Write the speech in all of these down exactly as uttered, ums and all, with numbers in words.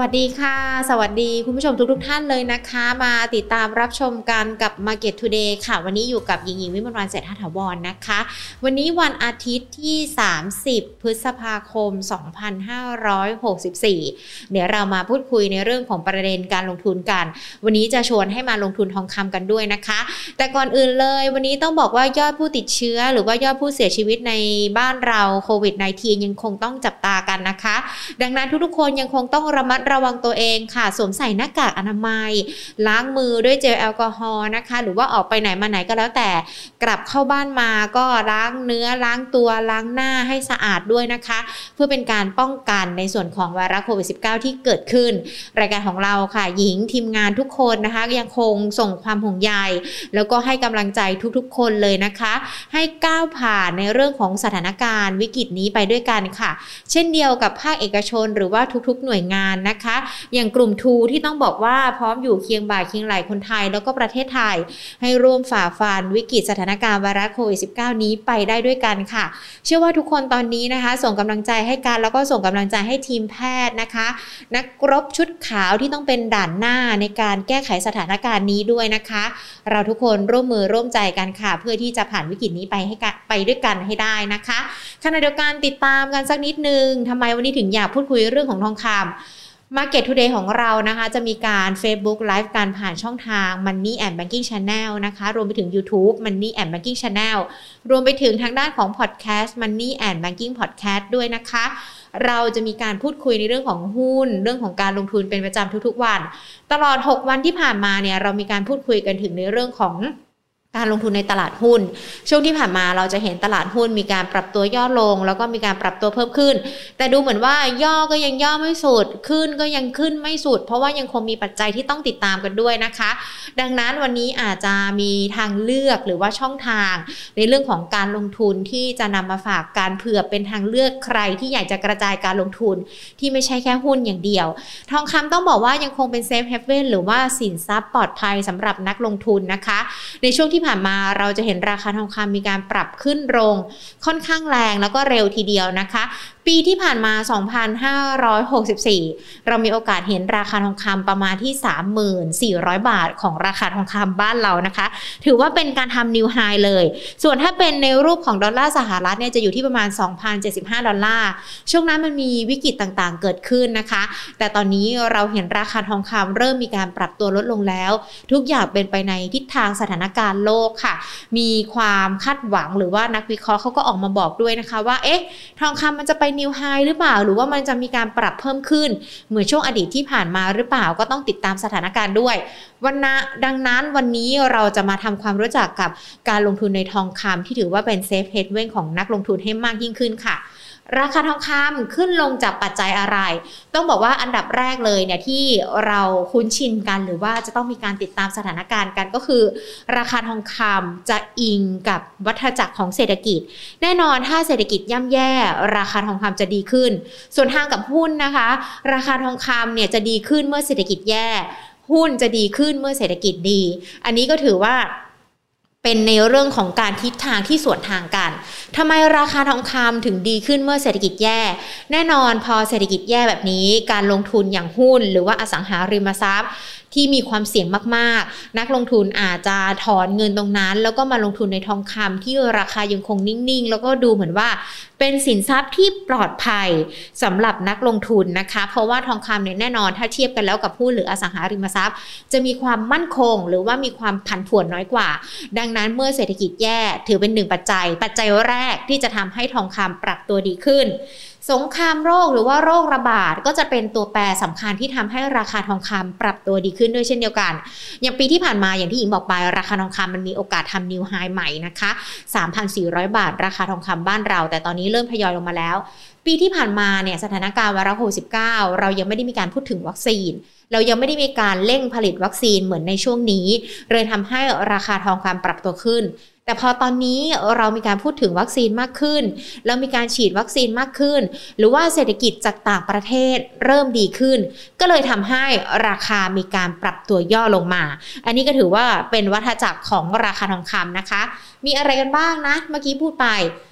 วัสดีค่ะสวัสดีคุณผู้ชมทุกๆท่านเลยนะคะมาติดตามรับชมกันกับ Market Today ค่ะวันนี้อยู่กับหญิงหญิงวิมลวรรณเศรษฐถาวรนะคะวันนี้วันอาทิตย์ที่สามสิบพฤษภาคมสองพันห้าร้อยหกสิบสี่เดี๋ยวเรามาพูดคุยในเรื่องของประเด็นการลงทุนกันวันนี้จะชวนให้มาลงทุนทองคำกันด้วยนะคะแต่ก่อนอื่นเลยวันนี้ต้องบอกว่ายอดผู้ติดเชื้อหรือว่ายอดผู้เสียชีวิตในบ้านเราโควิด สิบเก้า ยังคงต้องจับตากันนะคะดังนั้นทุกๆคนยังคงต้องระมัดระวังตัวเองค่ะสวมใส่หน้ากากอนามัยล้างมือด้วยเจลแอลกอฮอล์นะคะหรือว่าออกไปไหนมาไหนก็แล้วแต่กลับเข้าบ้านมาก็ล้างเนื้อล้างตัวล้างหน้าให้สะอาดด้วยนะคะเพื่อเป็นการป้องกันในส่วนของไวรัสโควิด สิบเก้า ที่เกิดขึ้นรายการของเราค่ะหญิงทีมงานทุกคนนะคะยังคงส่งความห่วงใยแล้วก็ให้กำลังใจทุกๆคนเลยนะคะให้ก้าวผ่านในเรื่องของสถานการณ์วิกฤตนี้ไปด้วยกันค่ะเช่นเดียวกับภาคเอกชนหรือว่าทุกๆหน่วยงานนะคะอย่างกลุ่มทูที่ต้องบอกว่าพร้อมอยู่เคียงบ่าเคียงไหล่คนไทยแล้วก็ประเทศไทยให้ร่วมฝ่าฟันวิกฤตสถานการณ์ไวรัสโควิด สิบเก้า นี้ไปได้ด้วยกันค่ะเชื่อว่าทุกคนตอนนี้นะคะส่งกำลังใจให้กันแล้วก็ส่งกำลังใจให้ทีมแพทย์นะคะนักรบชุดขาวที่ต้องเป็นด่านหน้าในการแก้ไขสถานการณ์นี้ด้วยนะคะเราทุกคนร่วมมือร่วมใจกันค่ะเพื่อที่จะผ่านวิกฤตนี้ไปให้ไปด้วยกันให้ได้นะคะขณะเดียวกันติดตามกันสักนิดนึงทำไมวันนี้ถึงอยากพูดคุยเรื่องของทองคำMarket Today ของเรานะคะจะมีการ Facebook Live การผ่านช่องทาง Money and Banking Channel นะคะรวมไปถึง YouTube Money and Banking Channel รวมไปถึงทางด้านของ Podcast Money and Banking Podcast ด้วยนะคะเราจะมีการพูดคุยในเรื่องของหุ้นเรื่องของการลงทุนเป็นประจำทุกๆวันตลอดหกวันที่ผ่านมาเนี่ยเรามีการพูดคุยกันถึงในเรื่องของการลงทุนในตลาดหุ้นช่วงที่ผ่านมาเราจะเห็นตลาดหุ้นมีการปรับตัวย่อลงแล้วก็มีการปรับตัวเพิ่มขึ้นแต่ดูเหมือนว่าย่อก็ยังย่อไม่สุดขึ้นก็ยังขึ้นไม่สุดเพราะว่ายังคงมีปัจจัยที่ต้องติดตามกันด้วยนะคะดังนั้นวันนี้อาจจะมีทางเลือกหรือว่าช่องทางในเรื่องของการลงทุนที่จะนำมาฝากการเผื่อเป็นทางเลือกใครที่อยากจะกระจายการลงทุนที่ไม่ใช่แค่หุ้นอย่างเดียวทองคำต้องบอกว่ายังคงเป็นเซฟเฮเว่นหรือว่าสินทรัพย์ปลอดภัยสำหรับนักลงทุนนะคะในช่วงที่ผ่านมาเราจะเห็นราคาทองคำมีการปรับขึ้นลงค่อนข้างแรงแล้วก็เร็วทีเดียวนะคะปีที่ผ่านมาสองพันห้าร้อยหกสิบสี่เรามีโอกาสเห็นราคาทองคำประมาณที่ สามหมื่นสี่ร้อย บาทของราคาทองคำบ้านเรานะคะถือว่าเป็นการทำนิวไฮเลยส่วนถ้าเป็นในรูปของดอลลาร์สหรัฐเนี่ยจะอยู่ที่ประมาณ สองพันเจ็ดสิบห้า ดอลลาร์ช่วงนั้นมันมีวิกฤตต่างๆเกิดขึ้นนะคะแต่ตอนนี้เราเห็นราคาทองคำเริ่มมีการปรับตัวลดลงแล้วทุกอย่างเป็นไปในทิศทางสถานการณ์โลกค่ะมีความคาดหวังหรือว่านักวิเคราะห์เขาก็ออกมาบอกด้วยนะคะว่าเอ๊ะทองคำมันจะไปนิวไฮหรือเปล่าหรือว่ามันจะมีการปรับเพิ่มขึ้นเหมือนช่วงอดีตที่ผ่านมาหรือเปล่าก็ต้องติดตามสถานการณ์ด้วยวันนะดังนั้นวันนี้เราจะมาทำความรู้จักกับการลงทุนในทองคำที่ถือว่าเป็นเซฟเฮดเว่นของนักลงทุนให้มากยิ่งขึ้นค่ะราคาทองคำขึ้นลงจากปัจจัยอะไรต้องบอกว่าอันดับแรกเลยเนี่ยที่เราคุ้นชินกันหรือว่าจะต้องมีการติดตามสถานการณ์กันก็คือราคาทองคำจะอิงกับวัฏจักรของเศรษฐกิจแน่นอนถ้าเศรษฐกิจย่ำแย่ราคาทองคำจะดีขึ้นส่วนทางกับหุ้นนะคะราคาทองคำเนี่ยจะดีขึ้นเมื่อเศรษฐกิจแย่หุ้นจะดีขึ้นเมื่อเศรษฐกิจดีอันนี้ก็ถือว่าเป็นในเรื่องของการทิศทางที่สวนทางกันทำไมราคาทองคำถึงดีขึ้นเมื่อเศรษฐกิจแย่แน่นอนพอเศรษฐกิจแย่แบบนี้การลงทุนอย่างหุ้นหรือว่าอสังหาริมทรัพย์ที่มีความเสี่ยงมากๆนักลงทุนอาจจะถอนเงินตรงนั้นแล้วก็มาลงทุนในทองคำที่ราคายังคงนิ่งๆแล้วก็ดูเหมือนว่าเป็นสินทรัพย์ที่ปลอดภัยสำหรับนักลงทุนนะคะเพราะว่าทองคำเนี่ยแน่นอนถ้าเทียบกันแล้วกับหุ้นหรืออสังหาริมทรัพย์จะมีความมั่นคงหรือว่ามีความผันผวนน้อยกว่าดังนั้นเมื่อเศรษฐกิจแย่ถือเป็นหนึ่งปัจจัยปัจจัยแรกที่จะทำให้ทองคำปรับตัวดีขึ้นสงครามโรคหรือว่าโรคระบาดก็จะเป็นตัวแปรสำคัญที่ทำให้ราคาทองคำปรับตัวดีขึ้นด้วยเช่นเดียวกันอย่างปีที่ผ่านมาอย่างที่หญิงบอกไปราคาทองคำมันมีโอกาสทำนิวไฮใหม่นะคะ สามพันสี่ร้อย บาทราคาทองคำบ้านเราแต่ตอนนี้เริ่มทยอยลงมาแล้วปีที่ผ่านมาเนี่ยสถานการณ์ไวรัสโควิด สิบเก้า เรายังไม่ได้มีการพูดถึงวัคซีนเรายังไม่ได้มีการเร่งผลิตวัคซีนเหมือนในช่วงนี้เลยทำให้ราคาทองคำปรับตัวขึ้นแต่พอตอนนี้เรามีการพูดถึงวัคซีนมากขึ้นแล้วมีการฉีดวัคซีนมากขึ้นหรือว่าเศรษฐกิจจากต่างประเทศเริ่มดีขึ้นก็เลยทำให้ราคามีการปรับตัวย่อลงมาอันนี้ก็ถือว่าเป็นวัฏจักรของราคาทองคำนะคะมีอะไรกันบ้างนะเมื่อกี้พูดไป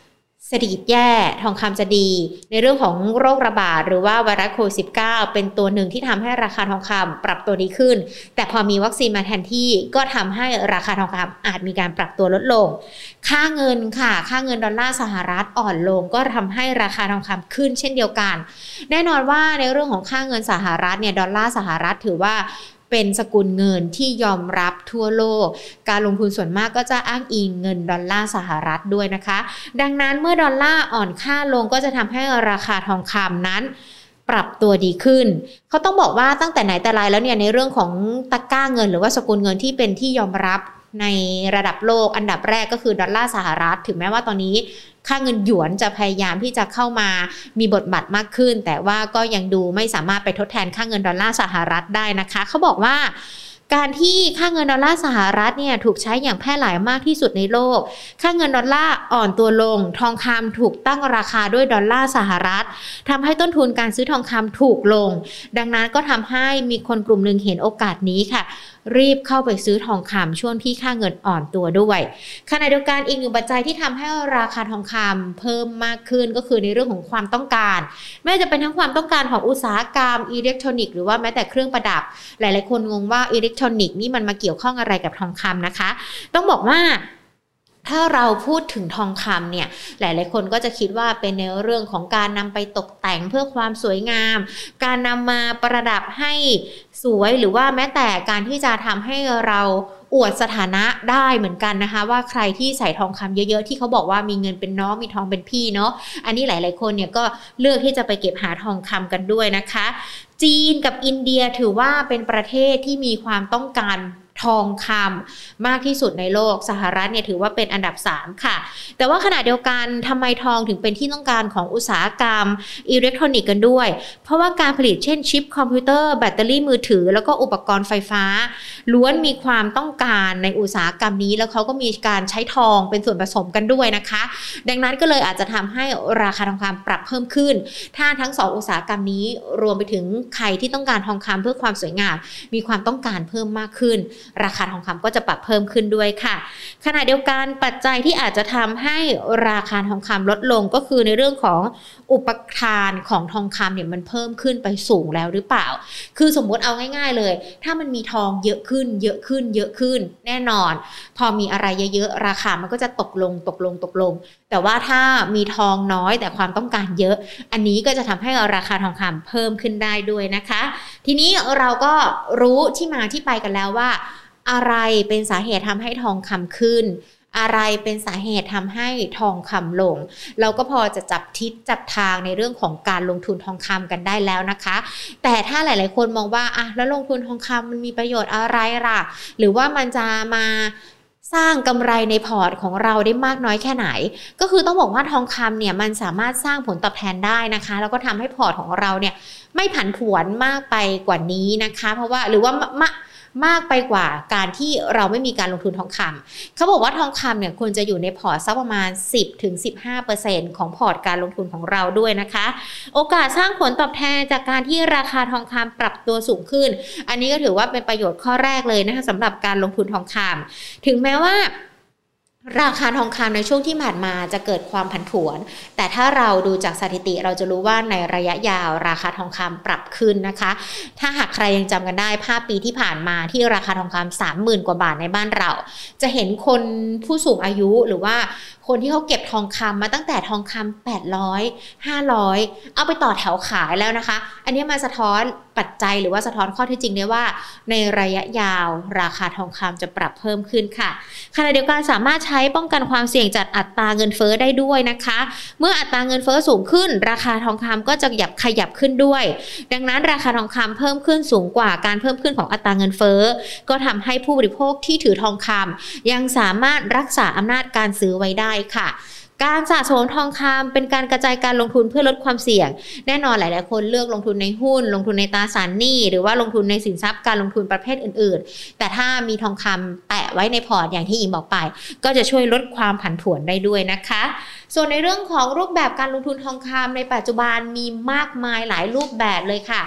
เศรษฐกิจแย่ทองคำจะดีในเรื่องของโรคระบาดหรือว่าไวรัสโควิด สิบเก้า เป็นตัวหนึ่งที่ทำให้ราคาทองคำปรับตัวดีขึ้นแต่พอมีวัคซีนมาแทนที่ก็ทำให้ราคาทองคำอาจมีการปรับตัวลดลงค่าเงินค่ะค่าเงินดอลลาร์สหรัฐอ่อนลงก็ทำให้ราคาทองคำขึ้นเช่นเดียวกันแน่นอนว่าในเรื่องของค่าเงินสหรัฐเนี่ยดอลลาร์สหรัฐถือว่าเป็นสกุลเงินที่ยอมรับทั่วโลกการลงทุนส่วนมากก็จะอ้างอิงเงินดอลลาร์สหรัฐด้วยนะคะดังนั้นเมื่อดอลลาร์อ่อนค่าลงก็จะทำให้ราคาทองคำนั้นปรับตัวดีขึ้นเขาต้องบอกว่าตั้งแต่ไหนแต่ไรแล้วเนี่ยในเรื่องของตะกร้าเงินหรือว่าสกุลเงินที่เป็นที่ยอมรับในระดับโลกอันดับแรกก็คือดอลลาร์สหรัฐถึงแม้ว่าตอนนี้ค่าเงินหยวนจะพยายามที่จะเข้ามามีบทบาทมากขึ้นแต่ว่าก็ยังดูไม่สามารถไปทดแทนค่าเงินดอลลาร์สหรัฐได้นะคะเขาบอกว่าการที่ค่าเงินดอลลาร์สหรัฐเนี่ยถูกใช้อย่างแพร่หลายมากที่สุดในโลกค่าเงินดอลลาร์อ่อนตัวลงทองคำถูกตั้งราคาด้วยดอลลาร์สหรัฐทำให้ต้นทุนการซื้อทองคำถูกลงดังนั้นก็ทำให้มีคนกลุ่มหนึ่งเห็นโอกาสนี้ค่ะรีบเข้าไปซื้อทองคำช่วงที่ค่าเงินอ่อนตัวด้วยขณะเดียวกันอีกหนึ่งปัจจัยที่ทำให้ราคาทองคำเพิ่มมากขึ้นก็คือในเรื่องของความต้องการไม่ว่าจะเป็นทั้งความต้องการของอุตสาหกรรมอิเล็กทรอนิกส์หรือว่าแม้แต่เครื่องประดับหลายๆคนงงว่าอิเล็กทรอนิกส์นี่มันมาเกี่ยวข้องอะไรกับทองคำนะคะต้องบอกว่าถ้าเราพูดถึงทองคำเนี่ยหลายๆคนก็จะคิดว่าเป็นในเรื่องของการนำไปตกแต่งเพื่อความสวยงามการนำมาประดับให้สวยหรือว่าแม้แต่การที่จะทำให้เราอวดสถานะได้เหมือนกันนะคะว่าใครที่ใส่ทองคำเยอะๆที่เขาบอกว่ามีเงินเป็นน้องมีทองเป็นพี่เนาะอันนี้หลายๆคนเนี่ยก็เลือกที่จะไปเก็บหาทองคำกันด้วยนะคะจีนกับอินเดียถือว่าเป็นประเทศที่มีความต้องการทองคำมากที่สุดในโลกสหรัฐเนี่ยถือว่าเป็นอันดับสามค่ะแต่ว่าขณะเดียวกันทำไมทองถึงเป็นที่ต้องการของอุตสาหกรรมอิเล็กทรอนิกส์กันด้วยเพราะว่าการผลิตเช่นชิปคอมพิวเตอร์แบตเตอรี่มือถือแล้วก็อุปกรณ์ไฟฟ้าล้วนมีความต้องการในอุตสาหกรรมนี้แล้วเขาก็มีการใช้ทองเป็นส่วนผสมกันด้วยนะคะดังนั้นก็เลยอาจจะทำให้ราคาทองคำปรับเพิ่มขึ้นถ้าทั้งสองอุตสาหกรรมนี้รวมไปถึงใครที่ต้องการทองคำเพื่อความสวยงามมีความต้องการเพิ่มมากขึ้นราคาทองคำก็จะปรับเพิ่มขึ้นด้วยค่ะขณะเดียวกันปัจจัยที่อาจจะทำให้ราคาทองคำลดลงก็คือในเรื่องของอุปทานของทองคำเนี่ยมันเพิ่มขึ้นไปสูงแล้วหรือเปล่าคือสมมติเอาง่ายๆเลยถ้ามันมีทองเยอะขึ้นเยอะขึ้นเยอะขึ้นแน่นอนพอมีอะไรเยอะๆราคามันก็จะตกลงตกลงตกลงแต่ว่าถ้ามีทองน้อยแต่ความต้องการเยอะอันนี้ก็จะทำให้ราคาทองคำเพิ่มขึ้นได้ด้วยนะคะทีนี้เราก็รู้ที่มาที่ไปกันแล้วว่าอะไรเป็นสาเหตุทำให้ทองคำขึ้นอะไรเป็นสาเหตุทำให้ทองคำลงเราก็พอจะจับทิศจับทางในเรื่องของการลงทุนทองคำกันได้แล้วนะคะแต่ถ้าหลายๆคนมองว่าอ่ะแล้วลงทุนทองคำมันมีประโยชน์อะไรล่ะหรือว่ามันจะมาสร้างกำไรในพอร์ตของเราได้มากน้อยแค่ไหนก็คือต้องบอกว่าทองคำเนี่ยมันสามารถสร้างผลตอบแทนได้นะคะแล้วก็ทำให้พอร์ตของเราเนี่ยไม่ผันผวนมากไปกว่านี้นะคะเพราะว่าหรือว่ามามากไปกว่าการที่เราไม่มีการลงทุนทองคำเขาบอกว่าทองคำเนี่ยควรจะอยู่ในพอร์ตสักประมาณ สิบถึงสิบห้าเปอร์เซ็นต์ ของพอร์ตการลงทุนของเราด้วยนะคะโอกาสสร้างผลตอบแทนจากการที่ราคาทองคำปรับตัวสูงขึ้นอันนี้ก็ถือว่าเป็นประโยชน์ข้อแรกเลยนะคะสำหรับการลงทุนทองคำถึงแม้ว่าราคาทองคำในช่วงที่ผ่านมาจะเกิดความผันผวนแต่ถ้าเราดูจากสถิติเราจะรู้ว่าในระยะยาวราคาทองคำปรับขึ้นนะคะถ้าหากใครยังจำกันได้ภาพปีที่ผ่านมาที่ราคาทองคำ สามหมื่น กว่าบาทในบ้านเราจะเห็นคนผู้สูงอายุหรือว่าคนที่เขาเก็บทองคำมาตั้งแต่ทองคำแปดร้อย ห้าร้อยเอาไปต่อแถวขายแล้วนะคะอันนี้มาสะท้อนปัจจัยหรือว่าสะท้อนข้อเท็จจริงได้ว่าในระยะยาวราคาทองคำจะปรับเพิ่มขึ้นค่ะขณะเดียวกันสามารถใช้ป้องกันความเสี่ยงจากอัตราเงินเฟ้อได้ด้วยนะคะเมื่ออัตราเงินเฟ้อสูงขึ้นราคาทองคำก็จะขยับขยับขึ้นด้วยดังนั้นราคาทองคำเพิ่มขึ้นสูงกว่าการเพิ่มขึ้นของอัตราเงินเฟ้อก็ทำให้ผู้บริโภคที่ถือทองคำยังสามารถรักษาอำนาจการซื้อไว้ได้ค่ะการสะสมทองคำเป็นการกระจายการลงทุนเพื่อลดความเสี่ยงแน่นอนหลายๆคนเลือกลงทุนในหุ้นลงทุนในตราสารหนี้หรือว่าลงทุนในสินทรัพย์การลงทุนประเภทอื่นๆแต่ถ้ามีทองคำแปะไว้ในพอร์ตอย่างที่อิงบอกไปก็จะช่วยลดความผันผวนได้ด้วยนะคะส่วนในเรื่องของรูปแบบการลงทุนทองคำในปัจจุบันมีมากมายหลายรูปแบบเลยค่ะ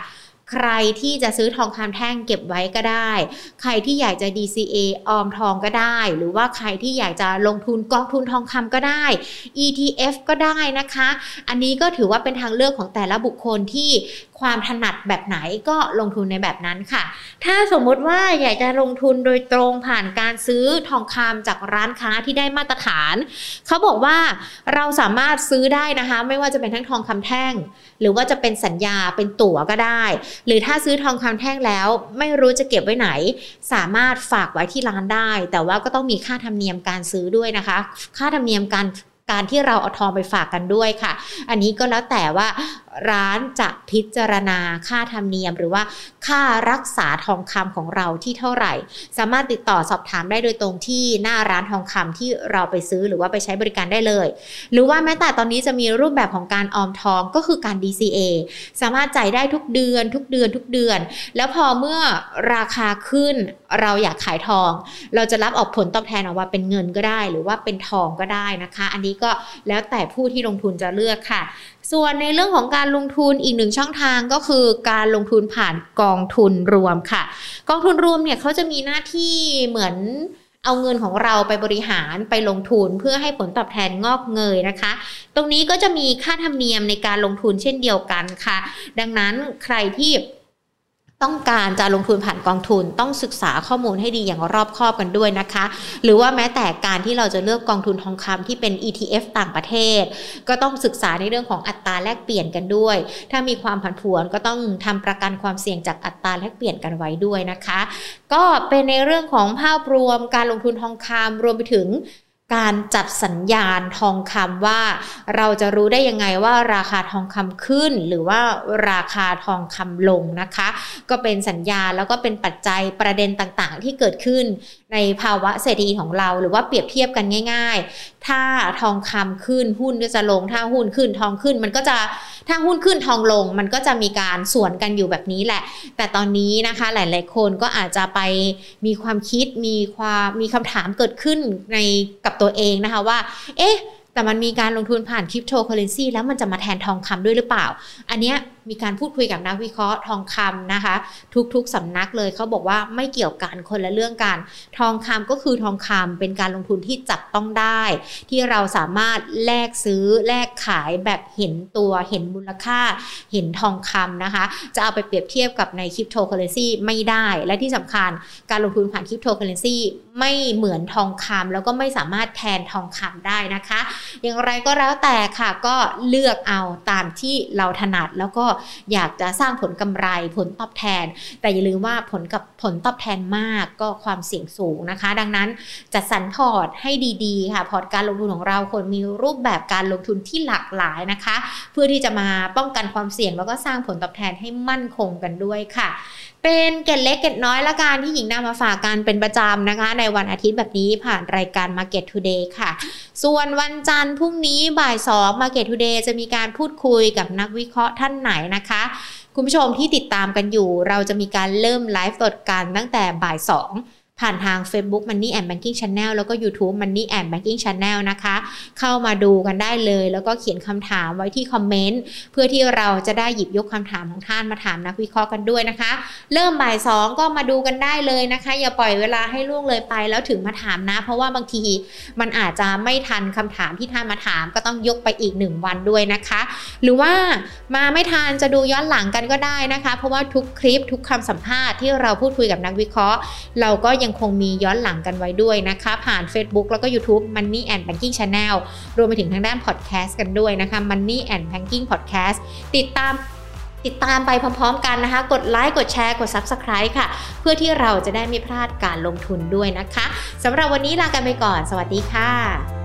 ใครที่จะซื้อทองคำแท่งเก็บไว้ก็ได้ใครที่อยากจะ ดี ซี เอ ออมทองก็ได้หรือว่าใครที่อยากจะลงทุนกองทุนทองคำก็ได้ อี ที เอฟ ก็ได้นะคะอันนี้ก็ถือว่าเป็นทางเลือกของแต่ละบุคคลที่ความถนัดแบบไหนก็ลงทุนในแบบนั้นค่ะถ้าสมมติว่าอยากจะลงทุนโดยตรงผ่านการซื้อทองคำจากร้านค้าที่ได้มาตรฐานเขาบอกว่าเราสามารถซื้อได้นะคะไม่ว่าจะเป็นทั้งทองคำแท่งหรือว่าจะเป็นสัญญาเป็นตั๋วก็ได้หรือถ้าซื้อทองคำแท่งแล้วไม่รู้จะเก็บไว้ไหนสามารถฝากไว้ที่ร้านได้แต่ว่าก็ต้องมีค่าธรรมเนียมการซื้อด้วยนะคะค่าธรรมเนียมการการที่เราเอาทองไปฝากกันด้วยค่ะอันนี้ก็แล้วแต่ว่าร้านจะพิจารณาค่าธรรมเนียมหรือว่าค่ารักษาทองคำของเราที่เท่าไหร่สามารถติดต่อสอบถามได้โดยตรงที่หน้าร้านทองคำที่เราไปซื้อหรือว่าไปใช้บริการได้เลยหรือว่าแม้แต่ตอนนี้จะมีรูปแบบของการออมทองก็คือการ ดี ซี เอ สามารถจ่ายได้ทุกเดือนทุกเดือนทุกเดือนแล้วพอเมื่อราคาขึ้นเราอยากขายทองเราจะรับออกผลตอบแทนออกมาเป็นเงินก็ได้หรือว่าเป็นทองก็ได้นะคะอันนี้ก็แล้วแต่ผู้ที่ลงทุนจะเลือกค่ะส่วนในเรื่องของการลงทุนอีกหนึ่งช่องทางก็คือการลงทุนผ่านกองทุนรวมค่ะกองทุนรวมเนี่ยเขาจะมีหน้าที่เหมือนเอาเงินของเราไปบริหารไปลงทุนเพื่อให้ผลตอบแทนงอกเงยนะคะตรงนี้ก็จะมีค่าธรรมเนียมในการลงทุนเช่นเดียวกันค่ะดังนั้นใครที่ต้องการจะลงทุนผ่านกองทุนต้องศึกษาข้อมูลให้ดีอย่างรอบคอบกันด้วยนะคะหรือว่าแม้แต่การที่เราจะเลือกกองทุนทองคำที่เป็น อี ที เอฟ ต่างประเทศก็ต้องศึกษาในเรื่องของอัตราแลกเปลี่ยนกันด้วยถ้ามีความผันผวนก็ต้องทำประกันความเสี่ยงจากอัตราแลกเปลี่ยนกันไว้ด้วยนะคะก็เป็นในเรื่องของภาพรวมการลงทุนทองคำรวมไปถึงการจัดสัญญาณทองคำว่าเราจะรู้ได้ยังไงว่าราคาทองคำขึ้นหรือว่าราคาทองคำลงนะคะก็เป็นสัญญาณแล้วก็เป็นปัจจัยประเด็นต่างๆที่เกิดขึ้นในภาวะเศรษฐกิจของเราหรือว่าเปรียบเทียบกันง่ายๆถ้าทองคำขึ้นหุ้นก็จะลงถ้าหุ้นขึ้นทองขึ้นมันก็จะถ้าหุ้นขึ้นทองลงมันก็จะมีการสวนกันอยู่แบบนี้แหละแต่ตอนนี้นะคะหลายๆคนก็อาจจะไปมีความคิดมีความมีคำถามเกิดขึ้นในกับตัวเองนะคะว่าเอ๊ะแต่มันมีการลงทุนผ่านคริปโตเคอเรนซีแล้วมันจะมาแทนทองคำด้วยหรือเปล่าอันเนี้ยมีการพูดคุยกับนักวิเคราะห์ทองคำนะคะทุกๆสำนักเลยเขาบอกว่าไม่เกี่ยวกันคนละเรื่องกันทองคำก็คือทองคำเป็นการลงทุนที่จับต้องได้ที่เราสามารถแลกซื้อแลกขายแบบเห็นตัวเห็นมูลค่าเห็นทองคำนะคะจะเอาไปเปรียบเทียบกับในคริปโตเคอเรนซีไม่ได้และที่สำคัญการลงทุนผ่านคริปโตเคอเรนซีไม่เหมือนทองคำแล้วก็ไม่สามารถแทนทองคำได้นะคะอย่างไรก็แล้วแต่ค่ะก็เลือกเอาตามที่เราถนัดแล้วก็อยากจะสร้างผลกำไรผลตอบแทนแต่อย่าลืมว่าผลกับผลตอบแทนมากก็ความเสี่ยงสูงนะคะดังนั้นจัดสรรพอร์ตให้ดีๆค่ะพอร์ตการลงทุนของเราควรมีรูปแบบการลงทุนที่หลากหลายนะคะเพื่อที่จะมาป้องกันความเสี่ยงแล้วก็สร้างผลตอบแทนให้มั่นคงกันด้วยค่ะเป็นเกร็ดเล็กเกร็ดน้อยละกันที่หญิงนำมาฝากกันเป็นประจำนะคะในวันอาทิตย์แบบนี้ผ่านรายการ Market Today ค่ะส่วนวันจันทร์พรุ่งนี้บ่ายสอง Market Today จะมีการพูดคุยกับนักวิเคราะห์ท่านไหนนะคะคุณผู้ชมที่ติดตามกันอยู่เราจะมีการเริ่มไลฟ์สดกันตั้งแต่บ่ายสองผ่านทาง Facebook Money and Banking Channel แล้วก็ YouTube Money and Banking Channel นะคะเข้ามาดูกันได้เลยแล้วก็เขียนคำถามไว้ที่คอมเมนต์เพื่อที่เราจะได้หยิบยกคำถามของท่านมาถามนักวิเคราะห์กันด้วยนะคะเริ่มบ่ายสองก็มาดูกันได้เลยนะคะอย่าปล่อยเวลาให้ล่วงเลยไปแล้วถึงมาถามนะเพราะว่าบางทีมันอาจจะไม่ทันคำถามที่ท่านมาถามก็ต้องยกไปอีกหนึ่งวันด้วยนะคะหรือว่ามาไม่ทันจะดูย้อนหลังกันก็ได้นะคะเพราะว่าทุกคลิปทุกคำสัมภาษณ์ที่เราพูดคุยกับนักวิเคราะห์เราก็ยังคงมีย้อนหลังกันไว้ด้วยนะคะผ่าน Facebook แล้วก็ YouTube Money and Banking Channel รวมไปถึงทางด้าน Podcast กันด้วยนะคะ Money and Banking Podcast ติดตามติดตามไปพร้อมๆกันนะคะกดไลค์กดแชร์กด Subscribe ค่ะเพื่อที่เราจะได้ไม่พลาดการลงทุนด้วยนะคะสำหรับวันนี้ลากันไปก่อนสวัสดีค่ะ